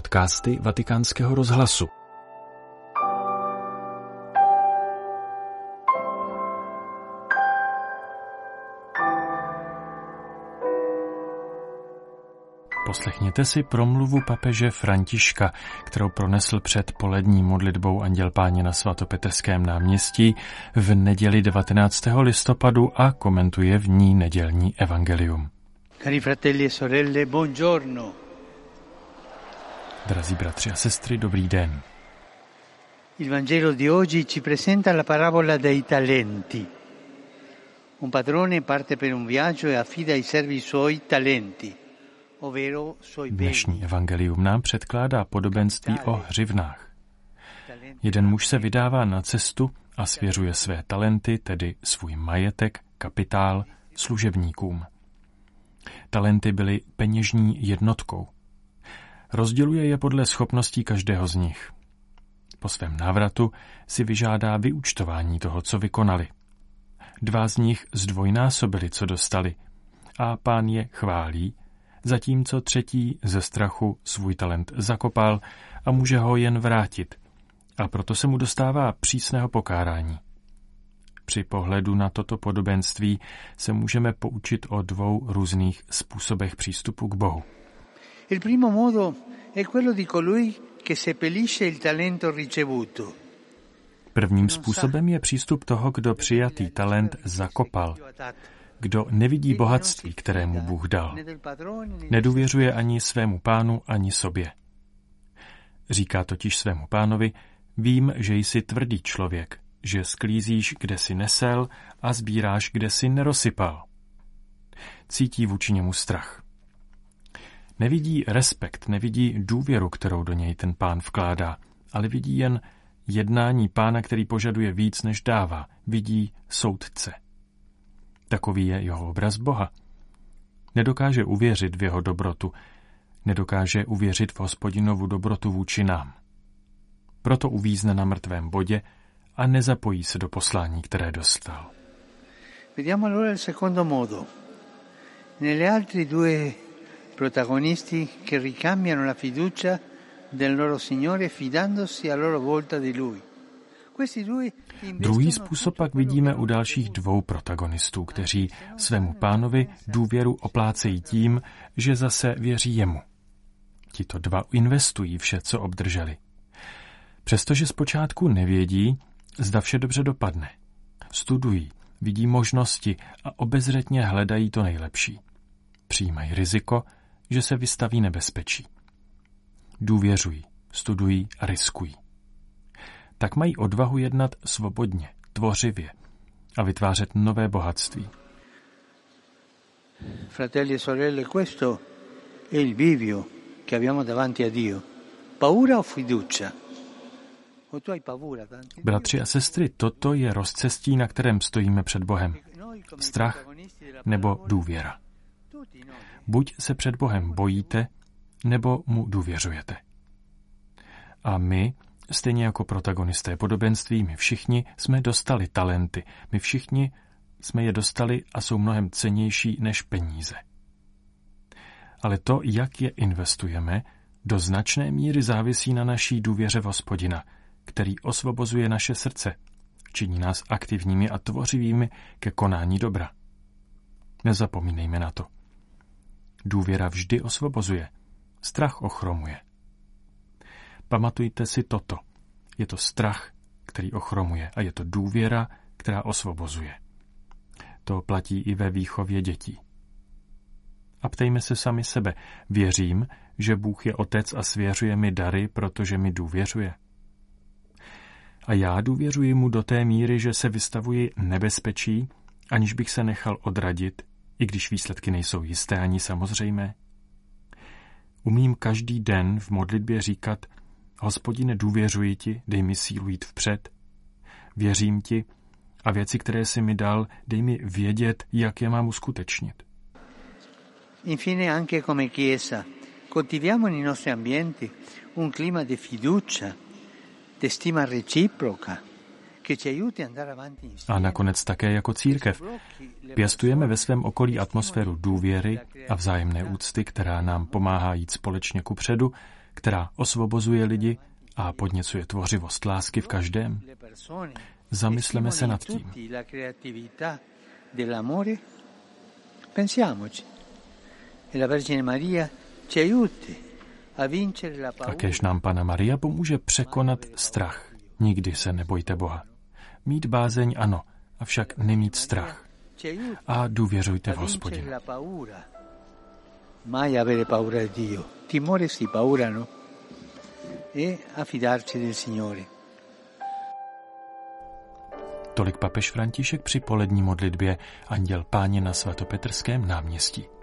podcasty Vatikánského rozhlasu. Poslechněte si promluvu papeže Františka, kterou pronesl před polední modlitbou Anděl Páně na svatopetrském náměstí v neděli 19. listopadu a komentuje v ní nedělní evangelium. Cari fratelli e sorelle, buongiorno. Drazí bratři a sestry, dobrý den. Il Vangelo di oggi ci presenta la parabola dei talenti. Un padrone parte per un viaggio e affida ai servi i suoi talenti. Dnešní evangelium nám předkládá podobenství o hřivnách. Jeden muž se vydává na cestu a svěřuje své talenty, tedy svůj majetek, kapitál, služebníkům. Talenty byly peněžní jednotkou. Rozděluje je podle schopností každého z nich. Po svém návratu si vyžádá vyúčtování toho, co vykonali. 2 z nich zdvojnásobili, co dostali, a Pán je chválí, zatímco 3. ze strachu svůj talent zakopal a může ho jen vrátit, a proto se mu dostává přísného pokárání. Při pohledu na toto podobenství se můžeme poučit o 2 různých způsobech přístupu k Bohu. Il primo modo è quello di colui che seppellisce il talento ricevuto. Prvním způsobem je přístup toho, kdo přijatý talent zakopal, kdo nevidí bohatství, které mu Bůh dal. Nedůvěřuje ani svému pánu, ani sobě. Říká totiž svému pánovi: vím, že jsi tvrdý člověk, že sklízíš, kde si nesel, a sbíráš, kde si nerozsypal. Cítí vůči němu strach. Nevidí respekt, nevidí důvěru, kterou do něj ten pán vkládá, ale vidí jen jednání pána, který požaduje víc, než dává. Vidí soudce. Takový je jeho obraz Boha. Nedokáže uvěřit v jeho dobrotu, nedokáže uvěřit v Hospodinovu dobrotu vůči nám. Proto uvízne na mrtvém bodě a nezapojí se do poslání, které dostal. Vediamo allora il secondo modo. Nelle altri 2 protagonisti che ricambiano la fiducia del loro Signore fidandosi a loro volta di Lui. Druhý způsob pak vidíme u dalších 2 protagonistů, kteří svému pánovi důvěru oplácejí tím, že zase věří jemu. Tito 2 investují vše, co obdrželi. Přestože zpočátku nevědí, zda vše dobře dopadne. Studují, vidí možnosti a obezřetně hledají to nejlepší. Přijímají riziko, že se vystaví nebezpečí. Důvěřují, studují a riskují. Tak mají odvahu jednat svobodně, tvořivě a vytvářet nové bohatství. Fratelli e sorelle, questo è il bivio che abbiamo davanti a Dio. Paura o fiducia? Bratři a sestry, toto je rozcestí, na kterém stojíme před Bohem. Strach nebo důvěra. Buď se před Bohem bojíte, nebo mu důvěřujete. A my, stejně jako protagonisté podobenství, my všichni jsme dostali talenty. My všichni jsme je dostali a jsou mnohem cennější než peníze. Ale to, jak je investujeme, do značné míry závisí na naší důvěře v Hospodina, který osvobozuje naše srdce, činí nás aktivními a tvořivými ke konání dobra. Nezapomínejme na to. Důvěra vždy osvobozuje, strach ochromuje. Pamatujte si toto. Je to strach, který ochromuje, a je to důvěra, která osvobozuje. To platí i ve výchově dětí. A ptejme se sami sebe. Věřím, že Bůh je otec a svěřuje mi dary, protože mi důvěřuje. A já důvěřuji mu do té míry, že se vystavuji nebezpečí, aniž bych se nechal odradit, i když výsledky nejsou jisté ani samozřejmé. Umím každý den v modlitbě říkat: Hospodine, důvěřuji ti, dej mi sílu jít vpřed. Věřím ti a věci, které jsi mi dal, dej mi vědět, jak je mám uskutečnit. Infine anche come Chiesa, coltiviamo nei nostri ambienti un clima di fiducia, di stima reciproca, che ci aiuti ad andare avanti insieme. A nakonec také jako církev. Pěstujeme ve svém okolí atmosféru důvěry a vzájemné úcty, která nám pomáhá jít společně kupředu, která osvobozuje lidi a podněcuje tvořivost lásky v každém? Zamysleme se nad tím. A kéž nám Panna Maria pomůže překonat strach. Nikdy se nebojte Boha. Mít bázeň ano, avšak nemít strach. A důvěřujte v Hospodina. Mai avere paura di Dio. Timore sì, paura no. E affidarci del Signore. Tolik papež František při polední modlitbě Anděl Páně na svatopetrském náměstí.